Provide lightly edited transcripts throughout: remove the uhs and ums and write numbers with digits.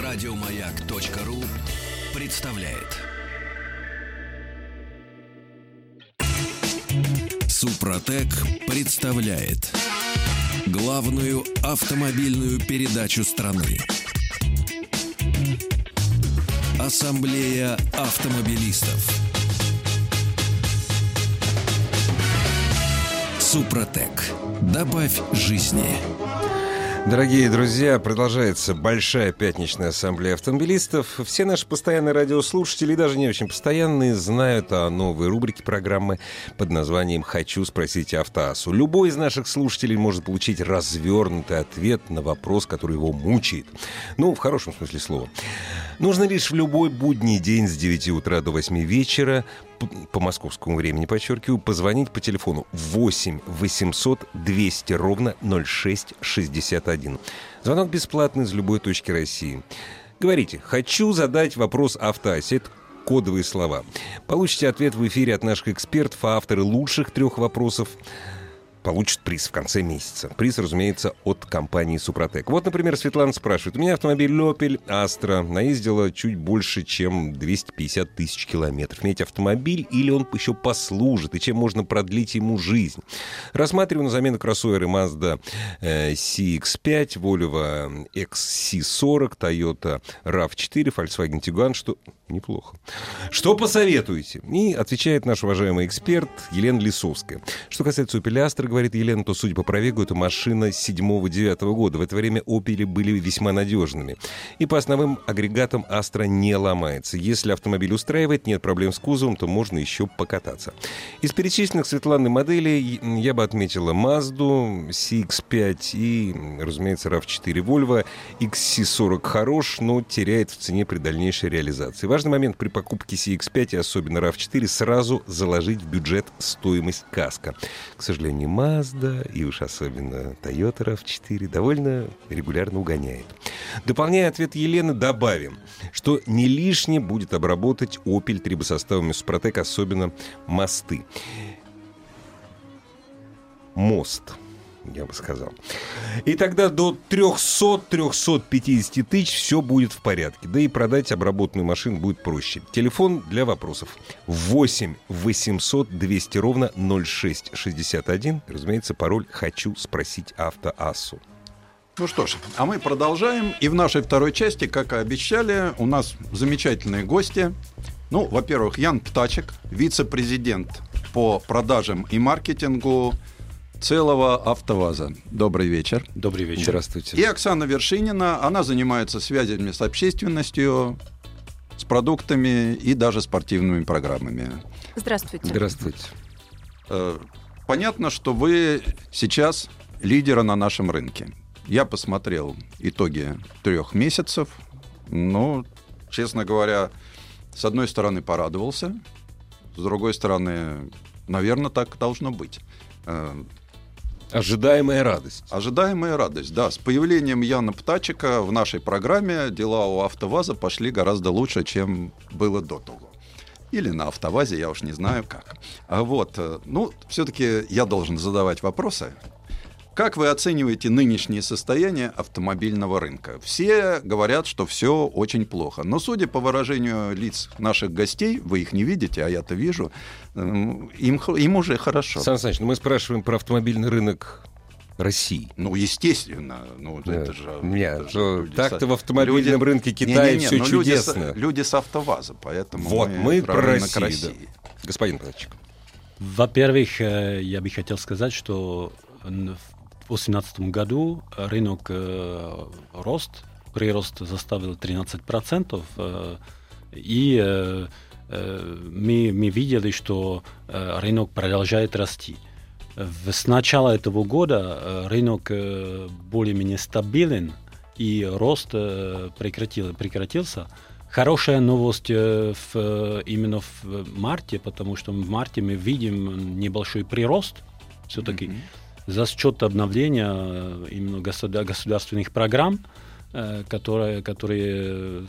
Радиомаяк.ру представляет. Супротек представляет главную автомобильную передачу страны. Ассамблея автомобилистов. Супротек. Добавь жизни. Дорогие друзья, продолжается большая пятничная ассамблея автомобилистов. Все наши постоянные радиослушатели, даже не очень постоянные, знают о новой рубрике программы под названием «Хочу спросить автоассу». Любой из наших слушателей может получить развернутый ответ на вопрос, который его мучает. Ну, в хорошем смысле слова. Нужно лишь в любой будний день с 9 утра до 8 вечера по московскому времени, подчеркиваю, позвонить по телефону 8 800 200 ровно 0661. Звонок бесплатный из любой точки России. Говорите: «Хочу задать вопрос автоассе». Это кодовые слова. Получите ответ в эфире от наших экспертов, а авторы лучших 3 вопросов получат приз в конце месяца. Приз, разумеется, от компании «Супротек». Вот, например, Светлана спрашивает. У меня автомобиль Opel Astra. Наездила чуть больше, чем 250 тысяч километров. Менять автомобиль или он еще послужит? И чем можно продлить ему жизнь? Рассматриваю на замену кроссоверы Mazda CX-5, Volvo XC40, Toyota RAV4, Volkswagen Tiguan, что неплохо. Что посоветуете? И отвечает наш уважаемый эксперт Елена Лисовская. Что касается Opel Astra, говорит Елена, то, судя по пробегу, это машина 7-9 года. В это время Opel были весьма надежными. И по основным агрегатам Astra не ломается. Если автомобиль устраивает, нет проблем с кузовом, то можно еще покататься. Из перечисленных Светланы моделей я бы отметила Mazda CX-5 и, разумеется, RAV4. Volvo XC40 хорош, но теряет в цене при дальнейшей реализации. Важный момент при покупке CX-5 и особенно RAV4 сразу заложить в бюджет стоимость каско. К сожалению, Mazda и уж особенно Toyota RAV4 довольно регулярно угоняет. Дополняя ответ Елены, добавим, что не лишне будет обработать Opel трибосоставами Супротек, особенно мосты. Мост, я бы сказал. И тогда до 300-350 тысяч все будет в порядке. Да и продать обработанную машину будет проще. Телефон для вопросов 8 800 200 ровно 0661. Разумеется, пароль «Хочу спросить автоассу». Ну что ж, а мы продолжаем. И в нашей второй части, как и обещали, у нас замечательные гости. Ну, во-первых, Ян Птачек, вице-президент по продажам и маркетингу целого АвтоВАЗа. Добрый вечер. Добрый вечер. Здравствуйте. И Оксана Вершинина, она занимается связями с общественностью, с продуктами и даже спортивными программами. Здравствуйте. Здравствуйте. Понятно, что вы сейчас лидеры на нашем рынке. Я посмотрел итоги 3 месяцев. Ну, честно говоря, с одной стороны порадовался, с другой стороны, наверное, так должно быть. Ожидаемая радость. Ожидаемая радость, да. С появлением Яна Птачека в нашей программе дела у АвтоВАЗа пошли гораздо лучше, чем было до того. Или на АвтоВАЗе, я уж не знаю как. А вот, ну, все-таки я должен задавать вопросы. Как вы оцениваете нынешнее состояние автомобильного рынка? Все говорят, что все очень плохо. Но, судя по выражению лиц наших гостей, вы их не видите, а я-то вижу, им уже хорошо. Сан Саныч, мы спрашиваем про автомобильный рынок России. Ну, естественно. Ну, да. Это же, нет, так-то в автомобильном рынке Китая все чудесно. Люди с АвтоВАЗа, поэтому вот мы про Россию. России. Да. Господин Птачек. Во-первых, я бы хотел сказать, что в 2018 году рынок прирост составил 13%, и мы видели, что рынок продолжает расти. С начала этого года рынок более-менее стабилен, и рост прекратился. Хорошая новость именно в марте, потому что в марте мы видим небольшой прирост все-таки. За счет обновления именно государственных программ, которые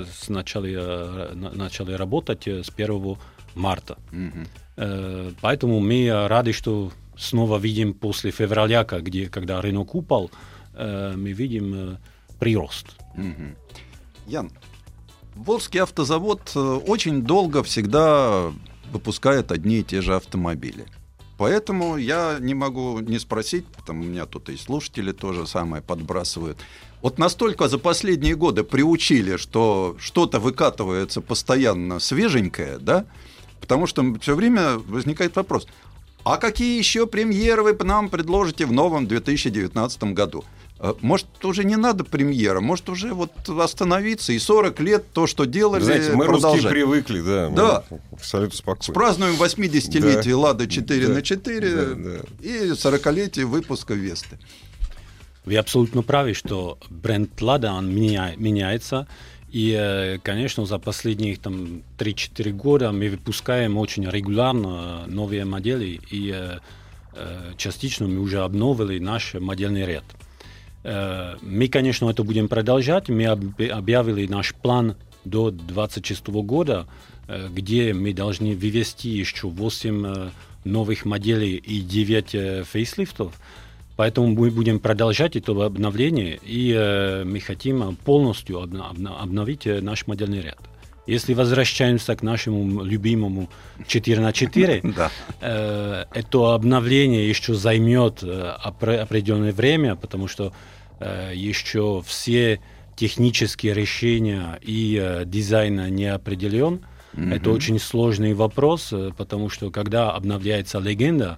начали работать с 1 марта. Поэтому мы рады, что снова видим после февраля, когда рынок упал, мы видим прирост. Ян, Волжский автозавод очень долго всегда выпускает одни и те же автомобили. Поэтому я не могу не спросить, потому у меня тут и слушатели тоже самое подбрасывают. Вот настолько за последние годы приучили, что что-то выкатывается постоянно свеженькое, да? Потому что все время возникает вопрос, а какие еще премьеры вы нам предложите в новом 2019 году? Может, уже не надо премьера, может, уже вот остановиться и 40 лет то, что делали, знаете, мы продолжать. Русские привыкли, да. Да. Абсолютно спокойно. Спразднуем 80-летие да. «Лада 4х4» да. и 40-летие выпуска «Весты». Вы абсолютно правы, что бренд «Лада» он меняется. И, конечно, за последние 3-4 года мы выпускаем очень регулярно новые модели. И частично мы уже обновили наш модельный ряд. Мы, конечно, это будем продолжать. Мы объявили наш план до 2026 года, где мы должны вывести еще 8 новых моделей и 9 фейслифтов. Поэтому мы будем продолжать это обновление, и мы хотим полностью обновить наш модельный ряд. Если возвращаемся к нашему любимому 4х4, это обновление еще займет определенное время, потому что еще все технические решения и дизайн не определен. Это очень сложный вопрос, потому что когда обновляется легенда,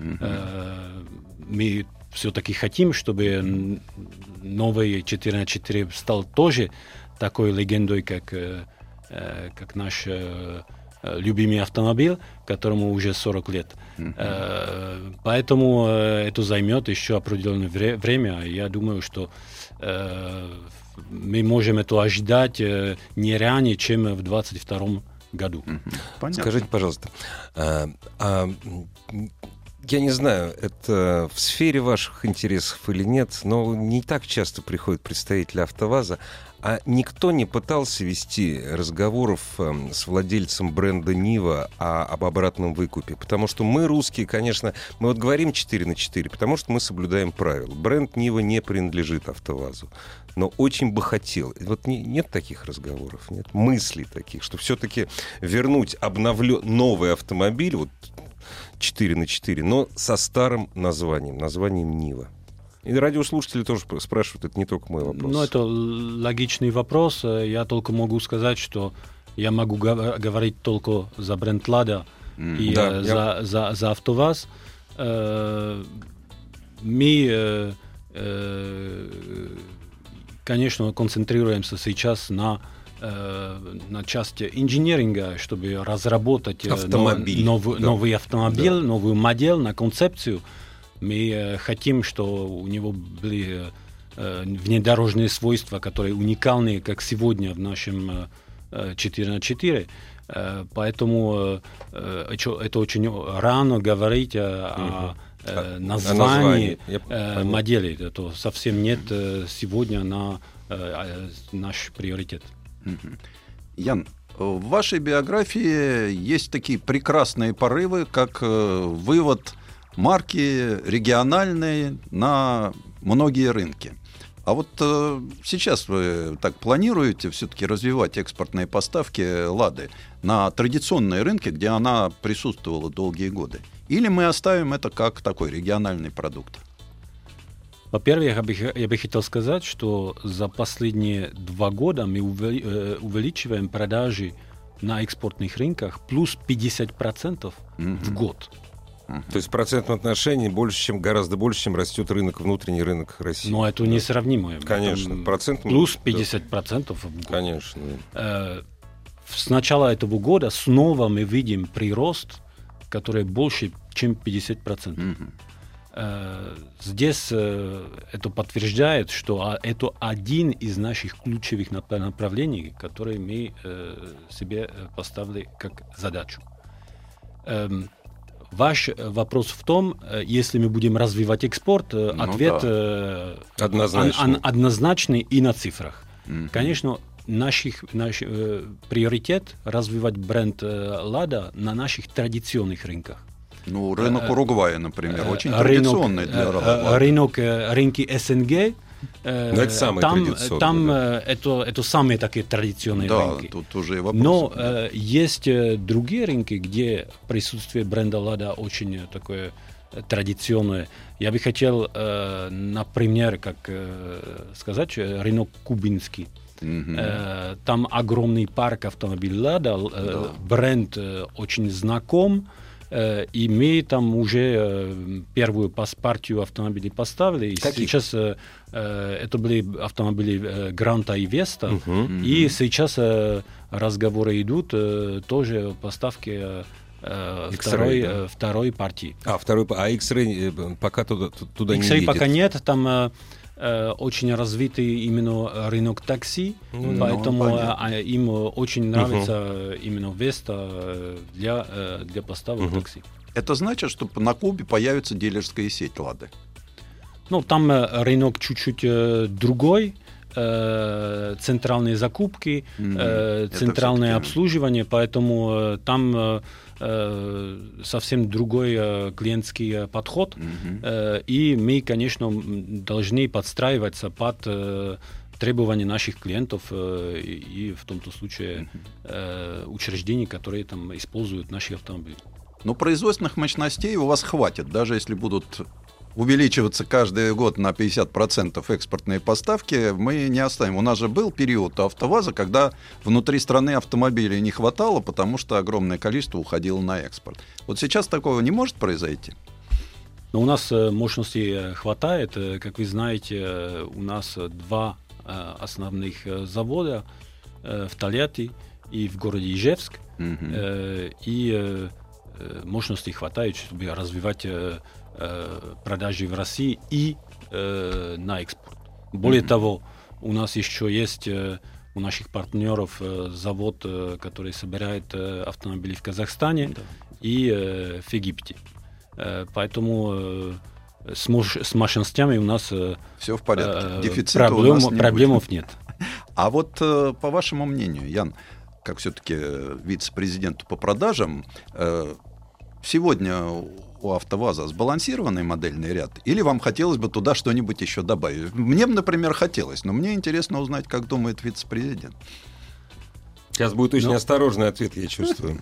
мы все-таки хотим, чтобы новый 4х4 стал тоже такой легендой, как наш любимый автомобиль, которому уже 40 лет. Поэтому это займет еще определенное время. Я думаю, что мы можем это ожидать не ранее, чем в 2022 году. Понятно. Скажите, пожалуйста, я не знаю, это в сфере ваших интересов или нет, но не так часто приходят представители АвтоВАЗа, а никто не пытался вести разговоров с владельцем бренда Нива об обратном выкупе. Потому что мы, русские, конечно, мы вот говорим 4х4, потому что мы соблюдаем правила. Бренд Нива не принадлежит АвтоВАЗу. Но очень бы хотел. Вот нет таких разговоров, нет мыслей таких, что все-таки вернуть новый автомобиль, вот 4х4, но со старым названием Нива. И радиослушатели тоже спрашивают, это не только мой вопрос. Ну, это логичный вопрос. Я только могу сказать, что я могу говорить только за бренд «Лада» и за АвтоВАЗ. Мы, конечно, концентрируемся сейчас на части инженеринга, чтобы разработать новый автомобиль, новую модель, на концепцию. Мы хотим, что у него были внедорожные свойства, которые уникальны, как сегодня в нашем 4х4. Поэтому это очень рано говорить о названии модели. Это совсем нет сегодня на наш приоритет. Ян, в вашей биографии есть такие прекрасные порывы, как вывод марки региональные на многие рынки. А вот сейчас вы так планируете все-таки развивать экспортные поставки «Лады» на традиционные рынки, где она присутствовала долгие годы? Или мы оставим это как такой региональный продукт? Во-первых, я бы хотел сказать, что за последние 2 года мы увеличиваем продажи на экспортных рынках плюс 50% в год. То есть в процентном отношении гораздо больше, чем растет внутренний рынок России. Но это несравнимо. Конечно. Плюс 50% в год. Конечно. С начала этого года снова мы видим прирост, который больше, чем 50%. Здесь это подтверждает, что это один из наших ключевых направлений, которые мы себе поставили как задачу. Ваш вопрос в том, если мы будем развивать экспорт, ответ однозначный и на цифрах. Конечно, наш приоритет развивать бренд «Лада» на наших традиционных рынках. Ну, рынок Уругвая, например, очень традиционный для «Лады». Рынки СНГ это самые традиционные. Там это самые такие традиционные рынки. Тут уже и вопрос. Но есть другие рынки, где присутствие бренда «Лада» очень такое традиционное. Я бы хотел, например, сказать, рынок кубинский. Там огромный парк автомобилей «Лада», бренд очень знаком, и мы там уже первую партию автомобилей поставили. Сейчас это были автомобили «Гранта» и «Веста», и сейчас разговоры идут тоже о поставке второй партии. А X-Ray пока туда не едет? X-Ray пока нет, там очень развитый именно рынок такси, поэтому им очень нравится именно Веста для поставок такси. Это значит, что на Кубе появится дилерская сеть «Лады»? Ну, там рынок чуть-чуть другой, центральные закупки, центральное обслуживание, поэтому там совсем другой клиентский подход, и мы, конечно, должны подстраиваться под требования наших клиентов и в том-то случае учреждений, которые там используют наши автомобили. Но производственных мощностей у вас хватит, даже если будут увеличиваться каждый год на 50% экспортные поставки, мы не оставим. У нас же был период у АвтоВАЗа, когда внутри страны автомобилей не хватало, потому что огромное количество уходило на экспорт. Вот сейчас такого не может произойти? Но у нас мощностей хватает. Как вы знаете, у нас два основных завода в Тольятти и в городе Ижевск. И мощностей хватает, чтобы развивать продажи в России и на экспорт. Более того, у нас еще есть у наших партнеров завод, который собирает автомобили в Казахстане и в Египте. Поэтому с мощностями у нас все в порядке. Дефицита проблемов нет. А вот по вашему мнению, Ян, как все-таки вице-президенту по продажам, сегодня у АвтоВАЗа сбалансированный модельный ряд, или вам хотелось бы туда что-нибудь еще добавить? Мне, например, хотелось, но мне интересно узнать, как думает вице-президент. Сейчас будет очень осторожный ответ, я чувствую.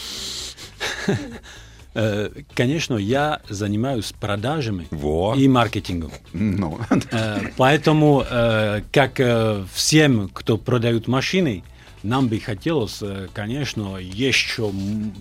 Конечно, я занимаюсь продажами и маркетингом. Поэтому, как всем, кто продает машины, нам бы хотелось, конечно, еще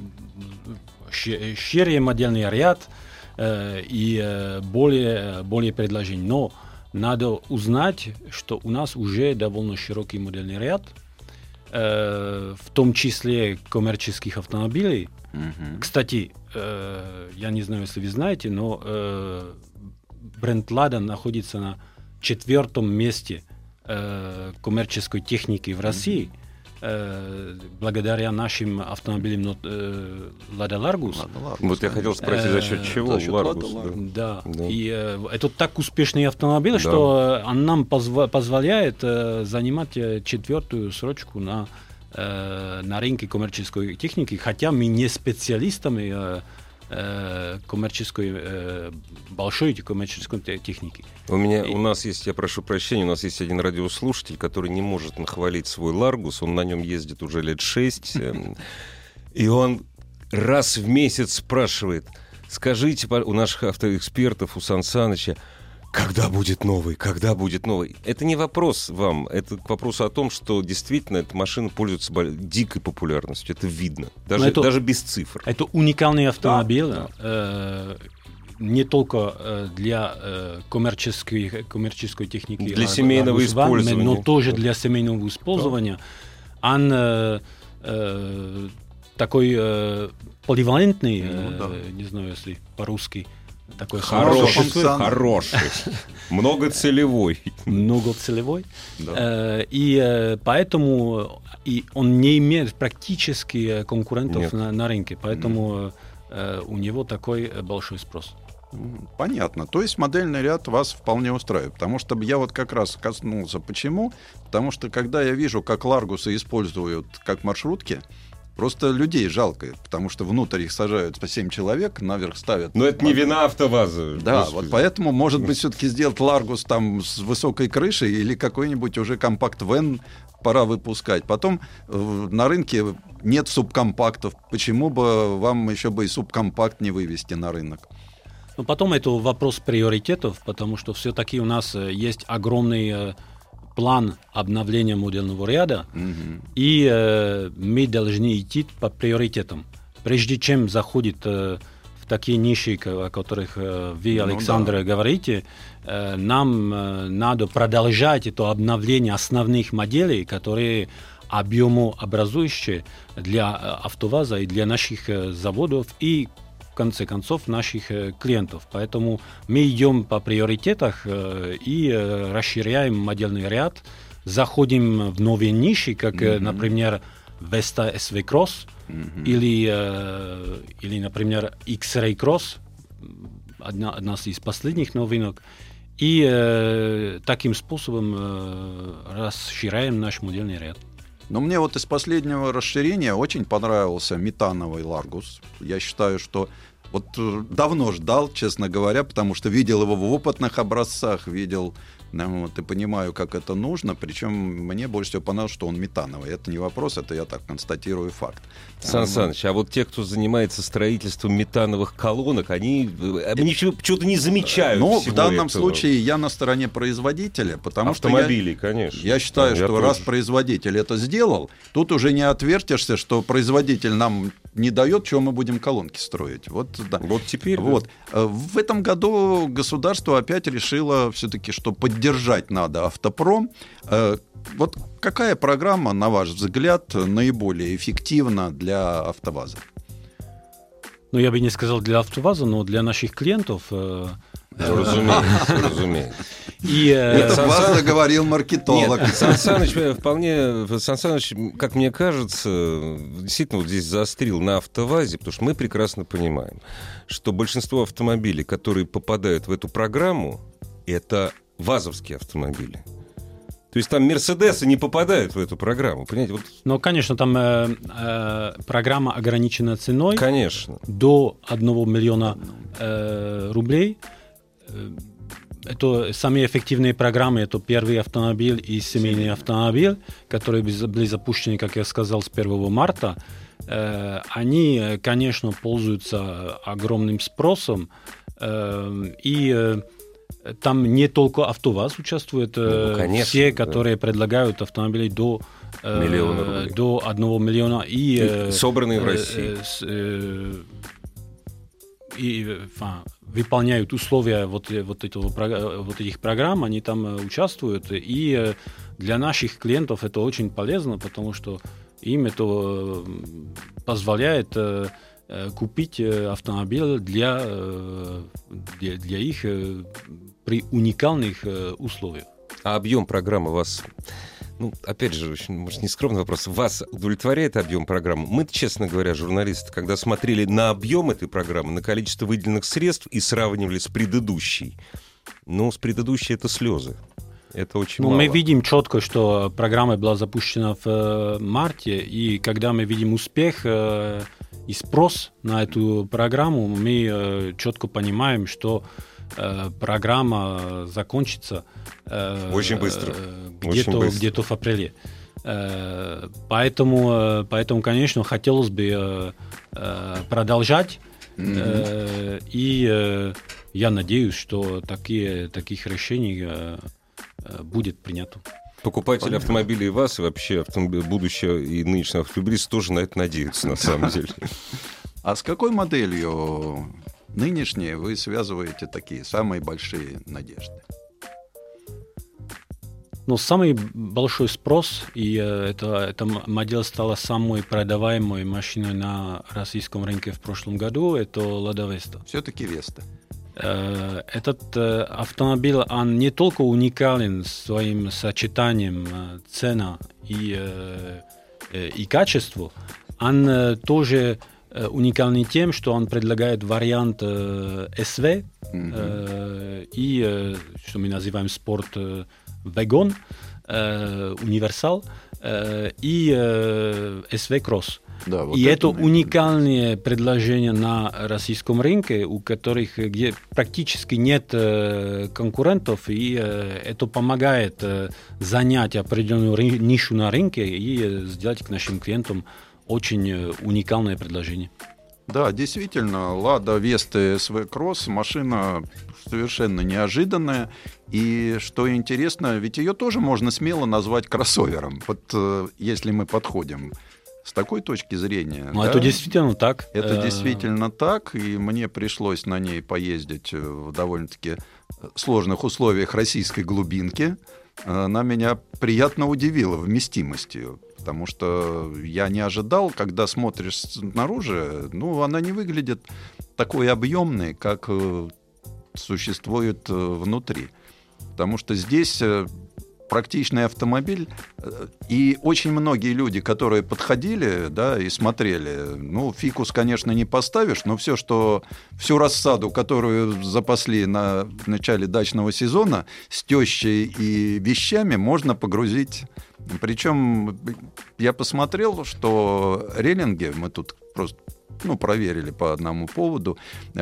шире модельный ряд и более предложений. Но надо узнать, что у нас уже довольно широкий модельный ряд, в том числе коммерческих автомобилей. Кстати, я не знаю, если вы знаете, но бренд «Лада» находится на 4-м месте коммерческой техники в России. Благодаря нашим автомобилям «Лада Ларгус». Вот я хотел спросить, за счет чего Ларгус? Да. И это так успешный автомобиль, что он нам позволяет занимать 4-ю строчку на рынке коммерческой техники, хотя мы не специалистами большой коммерческой техники. У нас есть, я прошу прощения, у нас есть один радиослушатель, который не может нахвалить свой Ларгус, он на нем ездит уже лет 6, и он раз в месяц спрашивает: скажите у наших автоэкспертов, у Сан Саныча, когда будет новый, когда будет новый. Это не вопрос вам, это к вопросу о том, что действительно эта машина пользуется дикой популярностью, это видно, даже без цифр. Это уникальный автомобиль, не только для коммерческой техники, для семейного использования, но тоже для семейного использования. Он такой поливалентный, не знаю, если по-русски, такой хороший, многоцелевой. И поэтому он не имеет практически конкурентов на рынке, поэтому у него такой большой спрос. Понятно. То есть модельный ряд вас вполне устраивает. Потому что я вот как раз коснулся. Почему? Потому что когда я вижу, как Ларгусы используют как маршрутки, Просто людей жалко, потому что внутрь их сажают по 7 человек, наверх ставят... Но это не вина АвтоВАЗа. Да, Господи. вот поэтому, может быть, все-таки сделать Ларгус там с высокой крышей или какой-нибудь уже компакт-вен пора выпускать. Потом на рынке нет субкомпактов. Почему бы вам еще бы и субкомпакт не вывести на рынок? Но потом это вопрос приоритетов, потому что все-таки у нас есть огромный план обновления модельного ряда, и мы должны идти по приоритетам. Прежде чем заходит в такие ниши, о которых вы, Александр, говорите, нам надо продолжать это обновление основных моделей, которые объемообразующие для АвтоВАЗа и для наших заводов, и в конце концов наших клиентов. Поэтому мы идем по приоритетах и расширяем модельный ряд, заходим в новые ниши, как, например, Vesta SV Cross или, например, X-Ray Cross, одна из последних новинок, и таким способом расширяем наш модельный ряд. Но мне вот из последнего расширения очень понравился метановый Ларгус. Я считаю, что вот давно ждал, честно говоря, потому что видел его в опытных образцах, видел, вот, и понимаю, как это нужно. Причем мне больше всего понравилось, что он метановый. Это не вопрос, это я так констатирую факт. Сан Саныч, а вот те, кто занимается строительством метановых колонок, они почему-то не замечают Ну, всего в данном этого. случае я на стороне производителя, потому Автомобилей, что конечно. я считаю, что тоже. раз производитель это сделал, тут уже не отвертишься, что производитель нам не дает, чего мы будем колонки строить. Вот, да. Вот теперь. Вот. В этом году государство опять решило все-таки, что поддержать надо автопром. Вот какая программа, на ваш взгляд, наиболее эффективна для АвтоВАЗа? Ну, я бы не сказал для АвтоВАЗа, но для наших клиентов. Разумеется. Это вас заговорил маркетолог. Нет, Сан Саныч, как мне кажется, действительно вот здесь заострил на АвтоВАЗе, потому что мы прекрасно понимаем, что большинство автомобилей, которые попадают в эту программу, это вазовские автомобили. То есть там Мерседесы не попадают в эту программу, понимаете? Вот... Но, конечно, там программа ограничена ценой. Конечно. До 1 миллиона рублей. Это самые эффективные программы, это первый автомобиль и семейный автомобиль, которые были запущены, как я сказал, с 1 марта. Они, конечно, пользуются огромным спросом, и там не только АвтоВАЗ участвует, конечно, все, которые предлагают автомобили до 1 миллиона. И собранные в России. И выполняют условия вот этих программ, они там участвуют. И для наших клиентов это очень полезно, потому что им это позволяет купить автомобиль для их при уникальных условиях. А объем программы вас... Ну, опять же, очень, может, нескромный вопрос. Вас удовлетворяет объем программы? Мы, честно говоря, журналисты, когда смотрели на объем этой программы, на количество выделенных средств и сравнивали с предыдущей, ну, с предыдущей это слезы. Это очень мало. Мы видим четко, что программа была запущена в марте, и когда мы видим успех и спрос на эту программу, мы четко понимаем, что программа закончится очень быстро, где-то в апреле. Поэтому, конечно, хотелось бы продолжать, и я надеюсь, что таких решений будет принято. Покупатели автомобилей ВАЗ и вообще будущее и нынешние автомобилисты тоже на это надеются, на самом деле. А с какой моделью нынешней вы связываете такие самые большие надежды? Ну, самый большой спрос, и эта модель стала самой продаваемой машиной на российском рынке в прошлом году, это Lada Vesta. Все-таки Vesta. Этот автомобиль, он не только уникален своим сочетанием цена и качества, он тоже уникальный тем, что он предлагает вариант SV и, что мы называем спорт Wagon, универсал и SV Cross. Да, вот и это мы... уникальное предложение на российском рынке, у которых где практически нет конкурентов, и это помогает занять определенную нишу на рынке и сделать к нашим клиентам очень уникальное предложение. Да, действительно, Lada Vesta SV Cross машина совершенно неожиданная. И что интересно, ведь ее тоже можно смело назвать кроссовером. Вот если мы подходим с такой точки зрения. Ну, да, это действительно так. Это действительно так, и мне пришлось на ней поездить в довольно-таки сложных условиях российской глубинки. Она меня приятно удивила вместимостью. Потому что я не ожидал, когда смотришь снаружи, она не выглядит такой объемной, как существует внутри. Потому что здесь практичный автомобиль, и очень многие люди, которые подходили, да, и смотрели, фикус, конечно, не поставишь, но всю рассаду, которую запасли в начале дачного сезона, с тещей и вещами можно погрузить. Причем я посмотрел, что рейлинги мы тут просто проверили по одному поводу,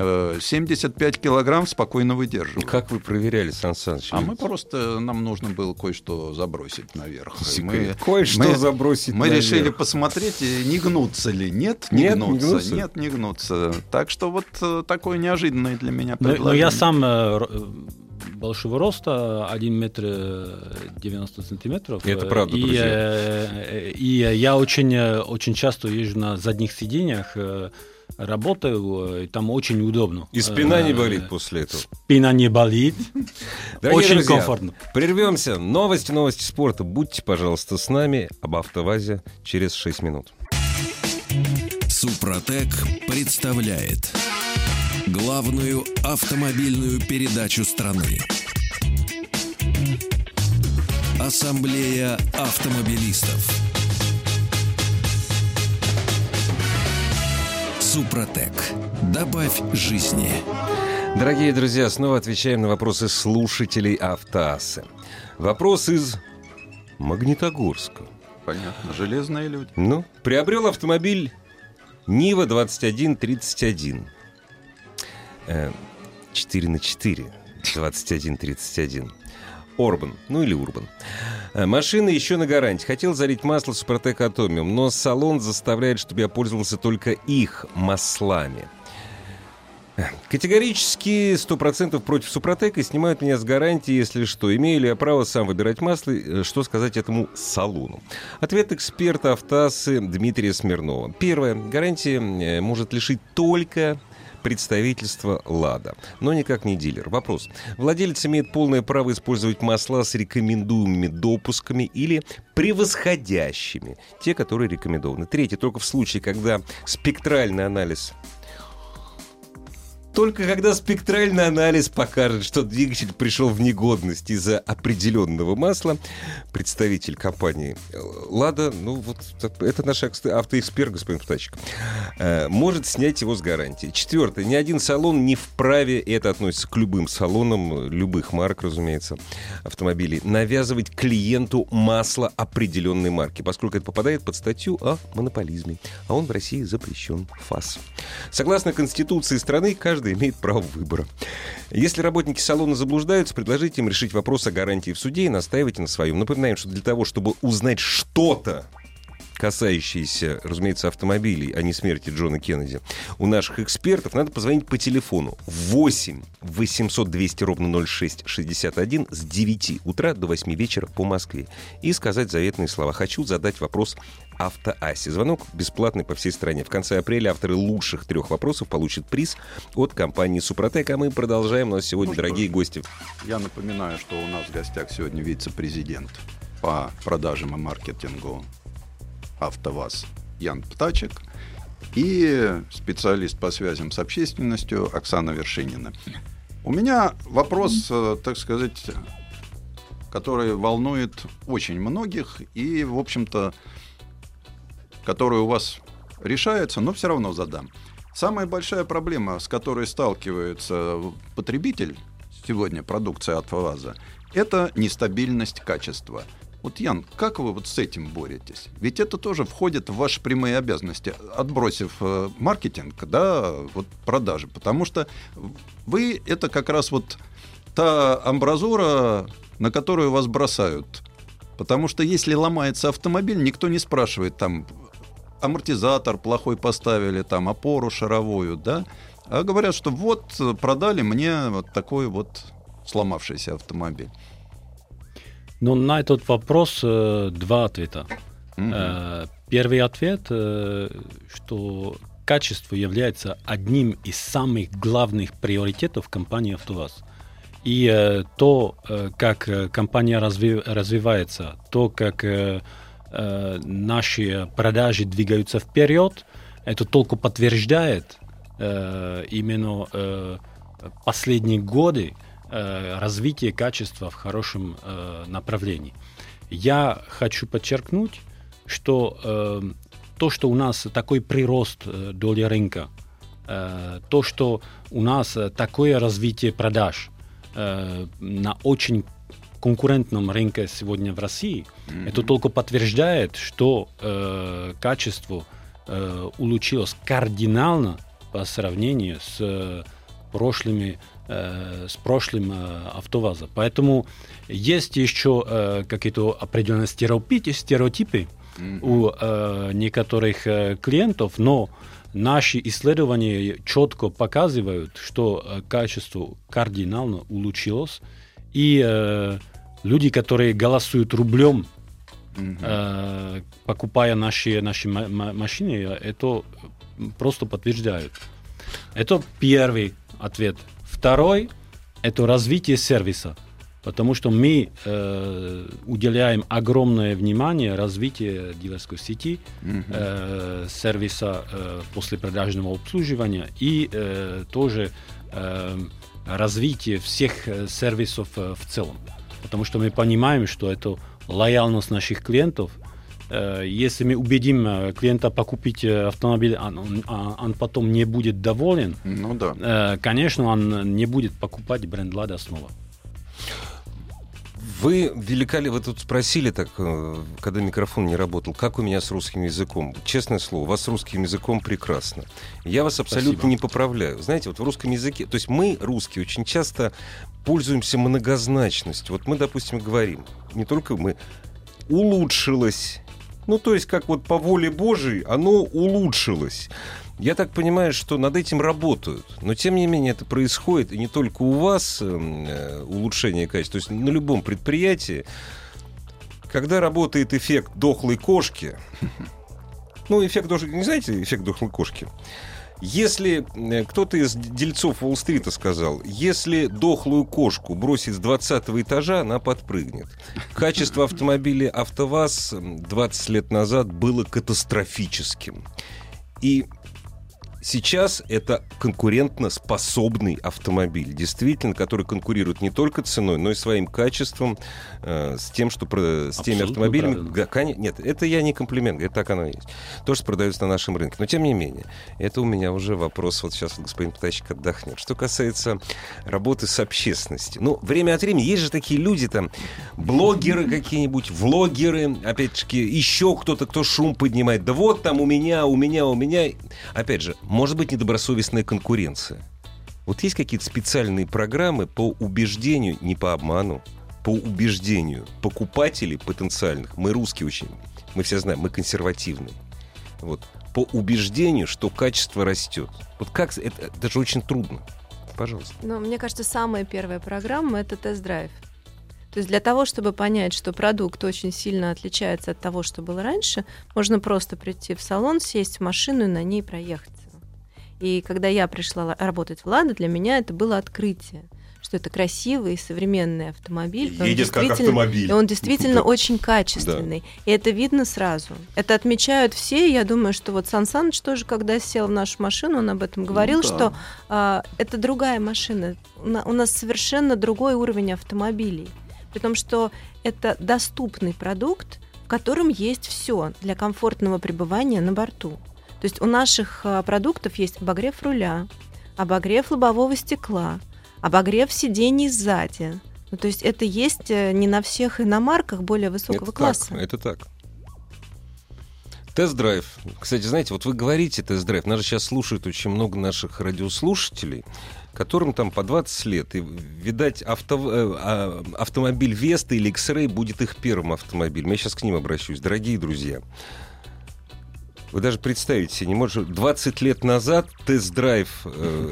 75 килограмм спокойно выдерживают. Как вы проверяли, Сан Саныч? Нам нужно было кое-что забросить наверх. Кое-что забросить мы наверх. решили посмотреть, не гнутся ли. Нет, не гнутся. Так что вот такое неожиданное для меня предложение. Но я сам большого роста, 1 метр 90 сантиметров. Это правда, друзья. И я очень часто езжу на задних сиденьях, работаю, и там очень удобно. И спина не болит после этого? Спина не болит. Дорогие очень друзья, комфортно. Прервемся. Новости спорта. Будьте, пожалуйста, с нами. Об АвтоВАЗе через 6 минут. Супротек представляет главную автомобильную передачу страны. Ассамблея автомобилистов. Супротек. Добавь жизни. Дорогие друзья, снова отвечаем на вопросы слушателей Автоассы. Вопрос из Магнитогорска. Понятно. Железные люди. Приобрел автомобиль Нива 2131. 4х4 2131. Орбан, или Урбан. Машина еще на гарантии. Хотел залить масло Супротек Атомиум, но салон заставляет, чтобы я пользовался только их маслами. Категорически 100% против Супротека и снимают меня с гарантии, если что. Имею ли я право сам выбирать масло? Что сказать этому салону? Ответ эксперта Автоассы Дмитрия Смирнова. Первое. Гарантия может лишить только представительство «Лада», но никак не дилер. Вопрос. Владелец имеет полное право использовать масла с рекомендуемыми допусками или превосходящими те, которые рекомендованы. Третье. Только в случае, когда спектральный анализ покажет, что двигатель пришел в негодность из-за определенного масла, представитель компании «Лада», это наш автоэксперт, господин Птачек, может снять его с гарантии. Четвертое. Ни один салон не вправе, и это относится к любым салонам, любых марк, разумеется, автомобилей, навязывать клиенту масло определенной марки, поскольку это попадает под статью о монополизме, а он в России запрещен. ФАС. Согласно Конституции страны, каждый имеет право выбора. Если работники салона заблуждаются, предложите им решить вопрос о гарантии в суде и настаивайте на своем. Напоминаем, что для того, чтобы узнать что-то, касающиеся, разумеется, автомобилей, а не смерти Джона Кеннеди, у наших экспертов, надо позвонить по телефону 8 800 200 ровно 0661 с 9 утра до 8 вечера по Москве и сказать заветные слова. Хочу задать вопрос Автоассе. Звонок бесплатный по всей стране. В конце апреля авторы лучших 3 вопросов получат приз от компании Супротек. А мы продолжаем. У нас сегодня дорогие гости. Я напоминаю, что у нас в гостях сегодня вице-президент по продажам и маркетингу АвтоВАЗ Ян Птачек и специалист по связям с общественностью Оксана Вершинина. У меня вопрос, так сказать, который волнует очень многих и, в общем-то, который у вас решается, но все равно задам. Самая большая проблема, с которой сталкивается потребитель сегодня продукции АвтоВАЗа, это нестабильность качества. Вот, Ян, как вы вот с этим боретесь? Ведь это тоже входит в ваши прямые обязанности, отбросив маркетинг, да, вот продажи. Потому что вы — это как раз вот та амбразура, на которую вас бросают. Потому что если ломается автомобиль, никто не спрашивает, там, амортизатор плохой поставили, там, опору шаровую, да, а говорят, что вот продали мне вот такой вот сломавшийся автомобиль. Но на этот вопрос два ответа. Первый ответ, что качество является одним из самых главных приоритетов компании «АвтоВАЗ». И то, как компания развивается, то, как наши продажи двигаются вперед, это только подтверждает именно последние годы развитие качества в хорошем направлении. Я хочу подчеркнуть, что то, что у нас такой прирост доли рынка, то, что у нас такое развитие продаж на очень конкурентном рынке сегодня в России, это только подтверждает, что качество улучшилось кардинально по сравнению с прошлым АвтоВАЗа. Поэтому есть еще какие-то определенные стереотипы у некоторых клиентов, но наши исследования четко показывают, что качество кардинально улучшилось, и люди, которые голосуют рублем, покупая наши машины, это просто подтверждают. Это первый ответ. Второй – это развитие сервиса, потому что мы уделяем огромное внимание развитию дилерской сети, сервиса послепродажного обслуживания и тоже развитие всех сервисов в целом. Потому что мы понимаем, что это лояльность наших клиентов. Если мы убедим клиента покупить автомобиль, он потом не будет доволен, конечно, он не будет покупать бренд «Лада» снова. Вы тут спросили, так, когда микрофон не работал, как у меня с русским языком. Честное слово, у вас с русским языком прекрасно. Я вас абсолютно не поправляю. Знаете, вот в русском языке, то есть мы, русские, очень часто пользуемся многозначностью. Вот мы, допустим, говорим, не только мы, улучшилось. Ну, то есть, как вот по воле Божией оно улучшилось. Я так понимаю, что над этим работают. Но, тем не менее, это происходит, и не только у вас улучшение качества. То есть, на любом предприятии, когда работает эффект дохлой кошки, ну, эффект дохлой, не знаете эффект дохлой кошки? Если кто-то из дельцов Уолл-стрита сказал, если дохлую кошку бросить с 20-го этажа, она подпрыгнет. Качество автомобиля «АвтоВАЗ» 20 лет назад было катастрофическим. И сейчас это конкурентоспособный автомобиль, действительно, который конкурирует не только ценой, но и своим качеством, с тем, что с теми автомобилями. Нет, это я не комплимент, это так оно и есть. То, что продается на нашем рынке. Но тем не менее, это у меня уже вопрос. Вот сейчас господин Птачик отдохнет. Что касается работы с общественностью. Ну, время от времени есть же такие люди, там, блогеры какие-нибудь, влогеры, опять-таки, еще кто-то, кто шум поднимает. Да вот там у меня. Опять же, может быть недобросовестная конкуренция. Вот есть какие-то специальные программы по убеждению, не по обману, по убеждению покупателей потенциальных. Мы русские очень, мы все знаем, мы консервативные. Вот. По убеждению, что качество растет. Вот как это же очень трудно. Пожалуйста. Ну, мне кажется, самая первая программа — это тест-драйв. То есть для того, чтобы понять, что продукт очень сильно отличается от того, что было раньше, можно просто прийти в салон, сесть в машину и на ней проехаться. И когда я пришла работать в «Лада», для меня это было открытие, что это красивый современный автомобиль. Едет как автомобиль. И он действительно очень качественный. Да. И это видно сразу. Это отмечают все. Я думаю, что вот Сан Саныч тоже, когда сел в нашу машину, он об этом говорил, что это другая машина. У нас совершенно другой уровень автомобилей. При том, что это доступный продукт, в котором есть все для комфортного пребывания на борту. То есть у наших продуктов есть обогрев руля, обогрев лобового стекла, обогрев сидений сзади, Ну, то есть это есть не на всех иномарках более высокого класса. Это так. Тест-драйв. Кстати, знаете, вот вы говорите тест-драйв. Нас же сейчас слушает очень много наших радиослушателей, которым там по 20 лет. И, видать, автомобиль Веста или X-Ray будет их первым автомобилем. Я сейчас к ним обращусь. Дорогие друзья, вы даже представить себе не можете. 20 лет назад тест-драйв...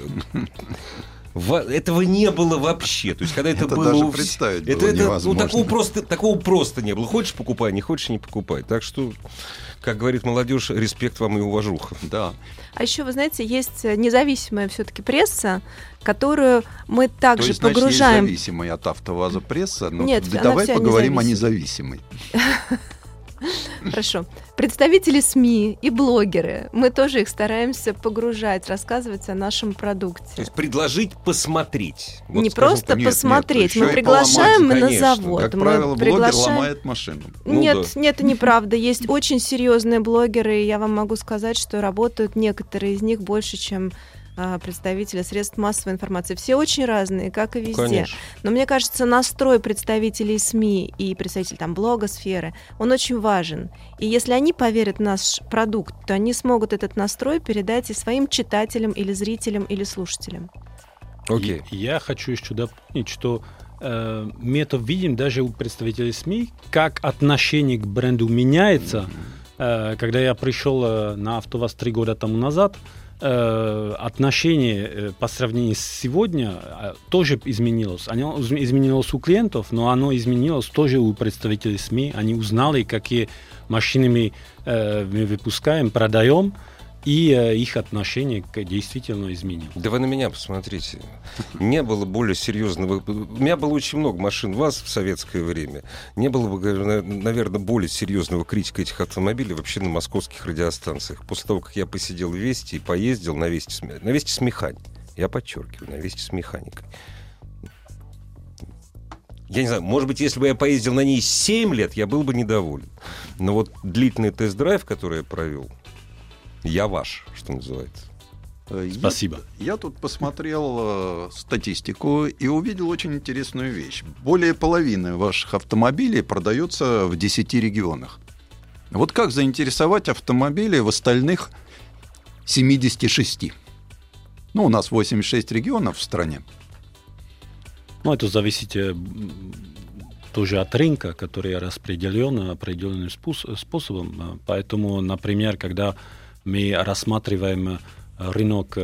Этого не было вообще. То есть, когда это было... даже представить было невозможно. Такого просто не было. Хочешь — покупай, не хочешь — не покупай. Так что, как говорит молодежь, респект вам и уважуха. Да. А еще, вы знаете, есть независимая все-таки пресса, которую мы также погружаем... Есть зависимая от АвтоВАЗа пресса, но Нет, давай поговорим о независимой. Хорошо. Представители СМИ и блогеры, мы тоже их стараемся погружать, рассказывать о нашем продукте. То есть предложить посмотреть. Не просто посмотреть, мы приглашаем на завод. Как правило, блогер ломает машину. Нет, это неправда. Есть очень серьезные блогеры, и я вам могу сказать, что работают некоторые из них больше, чем представители средств массовой информации. Все очень разные, как и везде. Конечно. Но мне кажется, настрой представителей СМИ и представителей там блогосферы, он очень важен. И если они поверят в наш продукт, то они смогут этот настрой передать и своим читателям, или зрителям, или слушателям. Окей. Я хочу еще дополнить, что мы это видим даже у представителей СМИ, как отношение к бренду меняется. Когда я пришел на АвтоВАЗ 3 года тому назад, отношение по сравнению с сегодня тоже изменилось. Оно изменилось у клиентов, но оно изменилось тоже у представителей СМИ. Они узнали, какие машины мы выпускаем, продаем, и их отношение действительно изменилось. Да вы на меня посмотрите. Не было более серьезного... У меня было очень много машин ВАЗ в советское время. Не было бы, наверное, более серьезного критика этих автомобилей вообще на московских радиостанциях. После того, как я посидел в Весте и поездил на Весте с механикой. Я подчеркиваю, на Весте с механикой. Я не знаю, может быть, если бы я поездил на ней 7 лет, я был бы недоволен. Но вот длительный тест-драйв, который я провел, я ваш, что называется. Спасибо. Я тут посмотрел статистику и увидел очень интересную вещь. Более половины ваших автомобилей продается в 10 регионах. Вот как заинтересовать автомобили в остальных 76? Ну, у нас 86 регионов в стране. Ну, это зависит тоже от рынка, который распределен определенным способом. Поэтому, например, когда мы рассматриваем рынок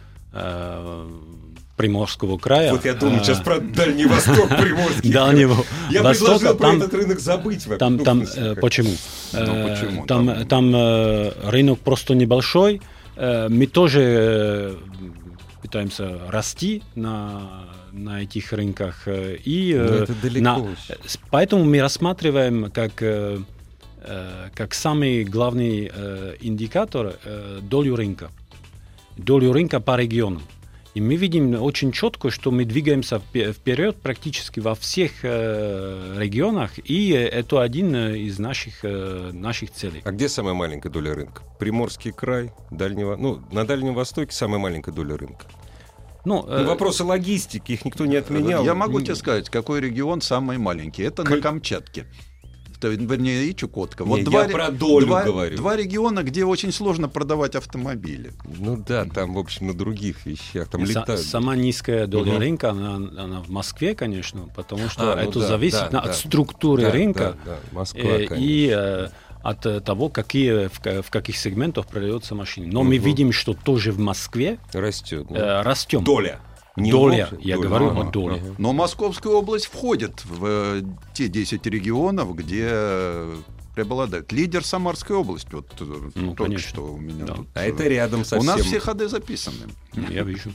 Приморского края. Вот я думаю сейчас про Дальний Восток, Приморский край. Я предложил про этот рынок забыть. Почему? Там рынок просто небольшой. Мы тоже пытаемся расти на этих рынках. И поэтому мы рассматриваем как самый главный индикатор долю рынка по регионам. И мы видим очень четко, что мы двигаемся вперед практически во всех регионах, и это один из наших целей. А где самая маленькая доля рынка? Приморский край, на Дальнем Востоке самая маленькая доля рынка. Вопросы логистики, их никто не отменял. Я могу тебе сказать, какой регион самый маленький. Это на Камчатке. Вернее, и Чукотка. Вот я про долю говорю. 2 региона, где очень сложно продавать автомобили. Ну да, там, в общем, на других вещах. Там летают. Сама низкая доля рынка, она в Москве, конечно, потому что это зависит от структуры рынка Москва, и от того, в каких сегментах продается машина. Но мы видим, что тоже в Москве растем. Доля. Я говорю о доле. Но Московская область входит в те 10 регионов, где преобладает. Лидер Самарской области. Вот только конечно. Что у меня тут. А это рядом совсем. У нас все ходы записаны. Я вижу.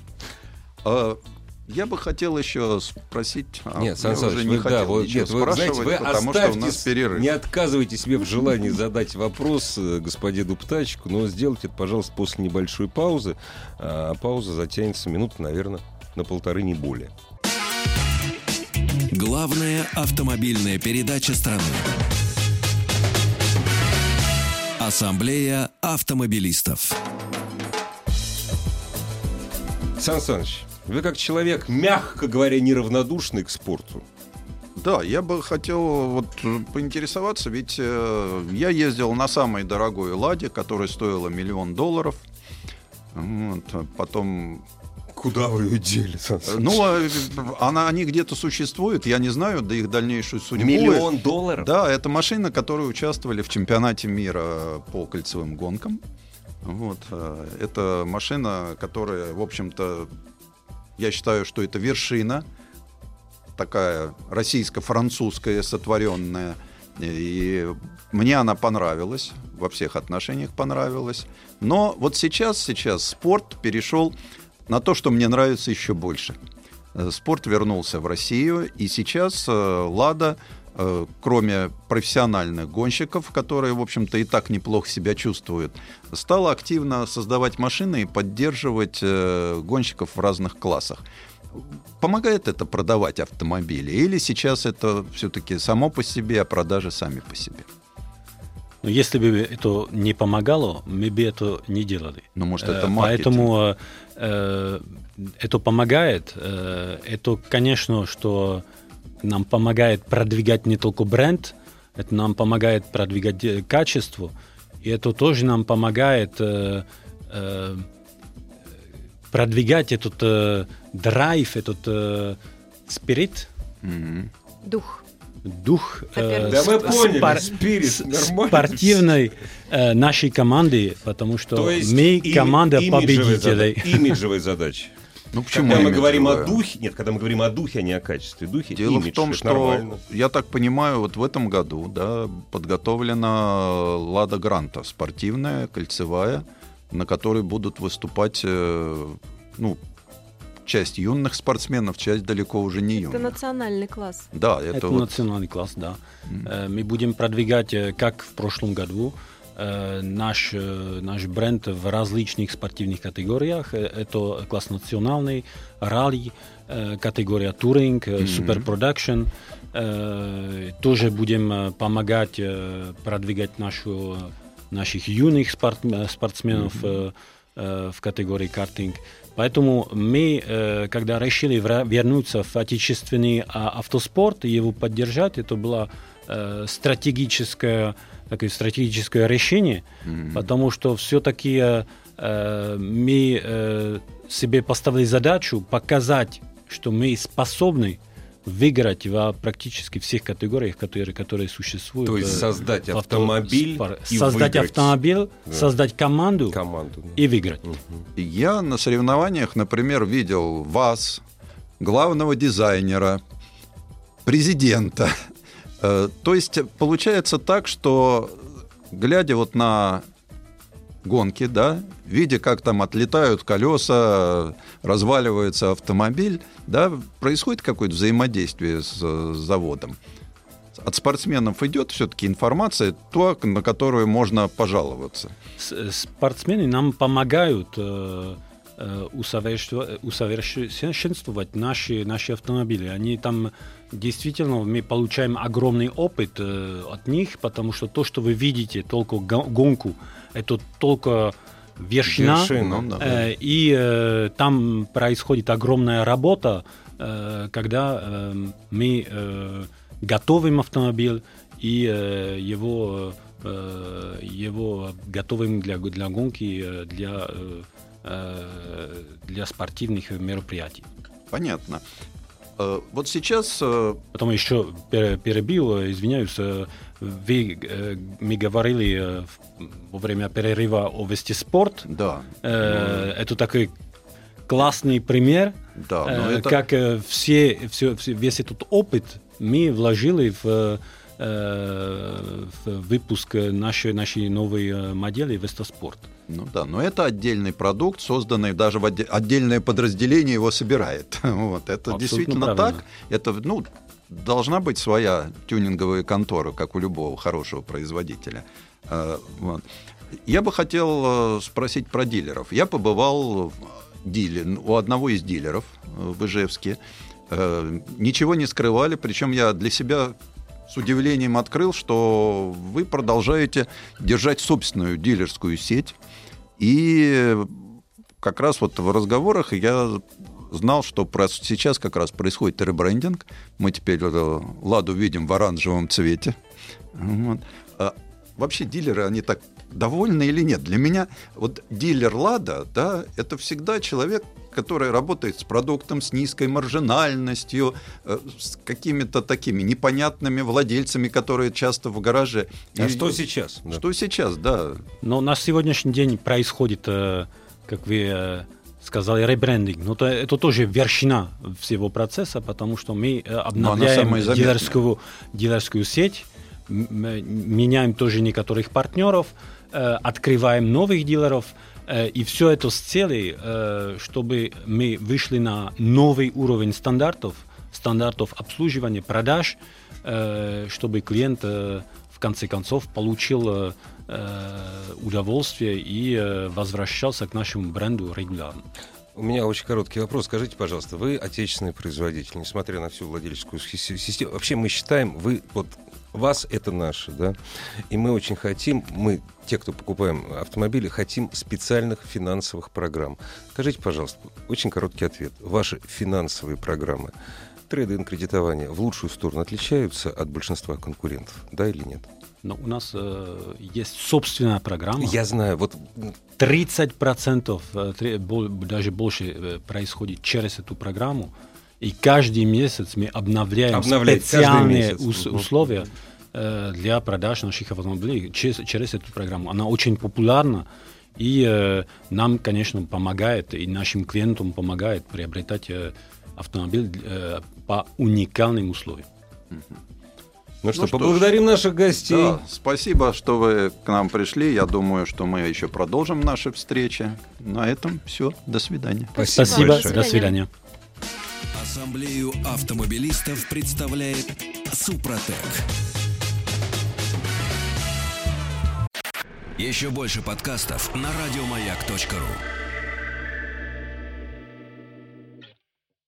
Я бы хотел еще спросить. Нет, Сан Саныч, вы не отказывайте себе в желании задать вопрос господину Птачику, но сделайте это, пожалуйста, после небольшой паузы. Пауза затянется минут, наверное, на 1,5, не более. Главная автомобильная передача страны. Ассамблея автомобилистов. Сан Саныч, вы как человек, мягко говоря, неравнодушный к спорту, Да, я бы хотел вот поинтересоваться, ведь я ездил на самой дорогой «Ладе», которая стоила $1 миллион. Вот, потом... Куда вы ее дели? Они где-то существуют, я не знаю, да их дальнейшую судьбу. $1 миллион? Да, это машины, которые участвовали в чемпионате мира по кольцевым гонкам. Вот. Это машина, которая, в общем-то, я считаю, что это вершина, такая российско-французская сотворенная. И мне она понравилась, во всех отношениях понравилась. Но вот сейчас спорт перешел на то, что мне нравится еще больше. Спорт вернулся в Россию, и сейчас «Лада», кроме профессиональных гонщиков, которые, в общем-то, и так неплохо себя чувствуют, стала активно создавать машины и поддерживать гонщиков в разных классах. Помогает это продавать автомобили? Или сейчас это все-таки само по себе, а продажи сами по себе? Но если бы это не помогало, мы бы это не делали. Ну, может, это маркетинг. Поэтому это помогает. Это, конечно, что нам помогает продвигать не только бренд, это нам помогает продвигать качество, и это тоже нам помогает продвигать этот драйв, этот спирит. Дух спортивной нашей команды, потому что мы команда победителей. Имиджевая задача. Ну, почему когда мы говорим о духе, когда мы говорим о духе, а не о качестве. Духе, дело имидж, в том, что, нормально. Я так понимаю, вот в этом году подготовлена «Лада Гранта», спортивная, кольцевая, на которой будут выступать, часть юных спортсменов, часть далеко уже не юных. Это национальный класс. Да, это национальный класс, да. Мы будем продвигать, как в прошлом году, наш бренд в различных спортивных категориях. Это класс национальный, ралли, категория туринг, супер продакшн. Тоже будем помогать продвигать наших юных спортсменов в категории картинг. Поэтому мы, когда решили вернуться в отечественный автоспорт и его поддержать, это было стратегическое решение, потому что все-таки мы себе поставили задачу показать, что мы способны выиграть в практически всех категориях, которые существуют. То есть создать автомобиль и создать выиграть. Автомобиль, да. Создать команду и выиграть. Я на соревнованиях, например, видел вас, главного дизайнера, президента. То есть получается так, что глядя вот на гонки, да, видя, как там отлетают колеса, разваливается автомобиль, да, происходит какое-то взаимодействие с заводом. От спортсменов идет все-таки информация, то, на которую можно пожаловаться. Спортсмены нам помогают усовершенствовать наши автомобили. Они там действительно, мы получаем огромный опыт от них, потому что то, что вы видите, только гонку, это только вершина. И там происходит огромная работа, когда мы готовим автомобиль и его готовим для гонки, для спортивных мероприятий. Понятно. Вот сейчас... Потом еще перебил, извиняюсь, мы говорили во время перерыва о Вестиспорт. Да. Это такой классный пример, да, как весь этот опыт мы вложили в выпуск нашей новой модели Вестаспорт. Ну да, но это отдельный продукт, созданный даже в отдельное подразделение его собирает. Вот, это абсолютно действительно правильно. Так. Это, должна быть своя тюнинговая контора, как у любого хорошего производителя. Вот. Я бы хотел спросить про дилеров. Я побывал у одного из дилеров в Ижевске. Ничего не скрывали, причем я для себя с удивлением открыл, что вы продолжаете держать собственную дилерскую сеть. И как раз вот в разговорах я знал, что сейчас как раз происходит ребрендинг. Мы теперь «Ладу» видим в оранжевом цвете. Вот. Вообще дилеры, они так довольны или нет? Для меня вот дилер «Лада», да, это всегда человек, который работает с продуктом с низкой маржинальностью, с какими-то такими непонятными владельцами, которые часто в гараже. А что сейчас? Что сейчас, да. Но на сегодняшний день происходит, как вы сказали, ребрендинг. Но это тоже вершина всего процесса, потому что мы обновляем дилерскую сеть, меняем тоже некоторых партнеров, открываем новых дилеров, и все это с целью, чтобы мы вышли на новый уровень стандартов обслуживания, продаж, чтобы клиент в конце концов получил удовольствие и возвращался к нашему бренду регулярно. У меня очень короткий вопрос. Скажите, пожалуйста, вы отечественный производитель, несмотря на всю владельческую систему. Вообще мы считаем, вас это наше, да? И мы очень хотим, те, кто покупаем автомобили, хотим специальных финансовых программ. Скажите, пожалуйста, очень короткий ответ. Ваши финансовые программы, трейд-ин, кредитование в лучшую сторону отличаются от большинства конкурентов, да или нет? Но у нас есть собственная программа. Я знаю. 30%, даже больше, происходит через эту программу. И каждый месяц мы обновляем специальные условия для продаж наших автомобилей через эту программу. Она очень популярна, и нам, конечно, помогает, и нашим клиентам помогает приобретать автомобиль по уникальным условиям. Ну что, поблагодарим наших гостей. Да, спасибо, что вы к нам пришли. Я думаю, что мы еще продолжим наши встречи. На этом все. До свидания. Спасибо. До свидания. Ассамблею автомобилистов представляет Супротек. Еще больше подкастов на радиомаяк.ру.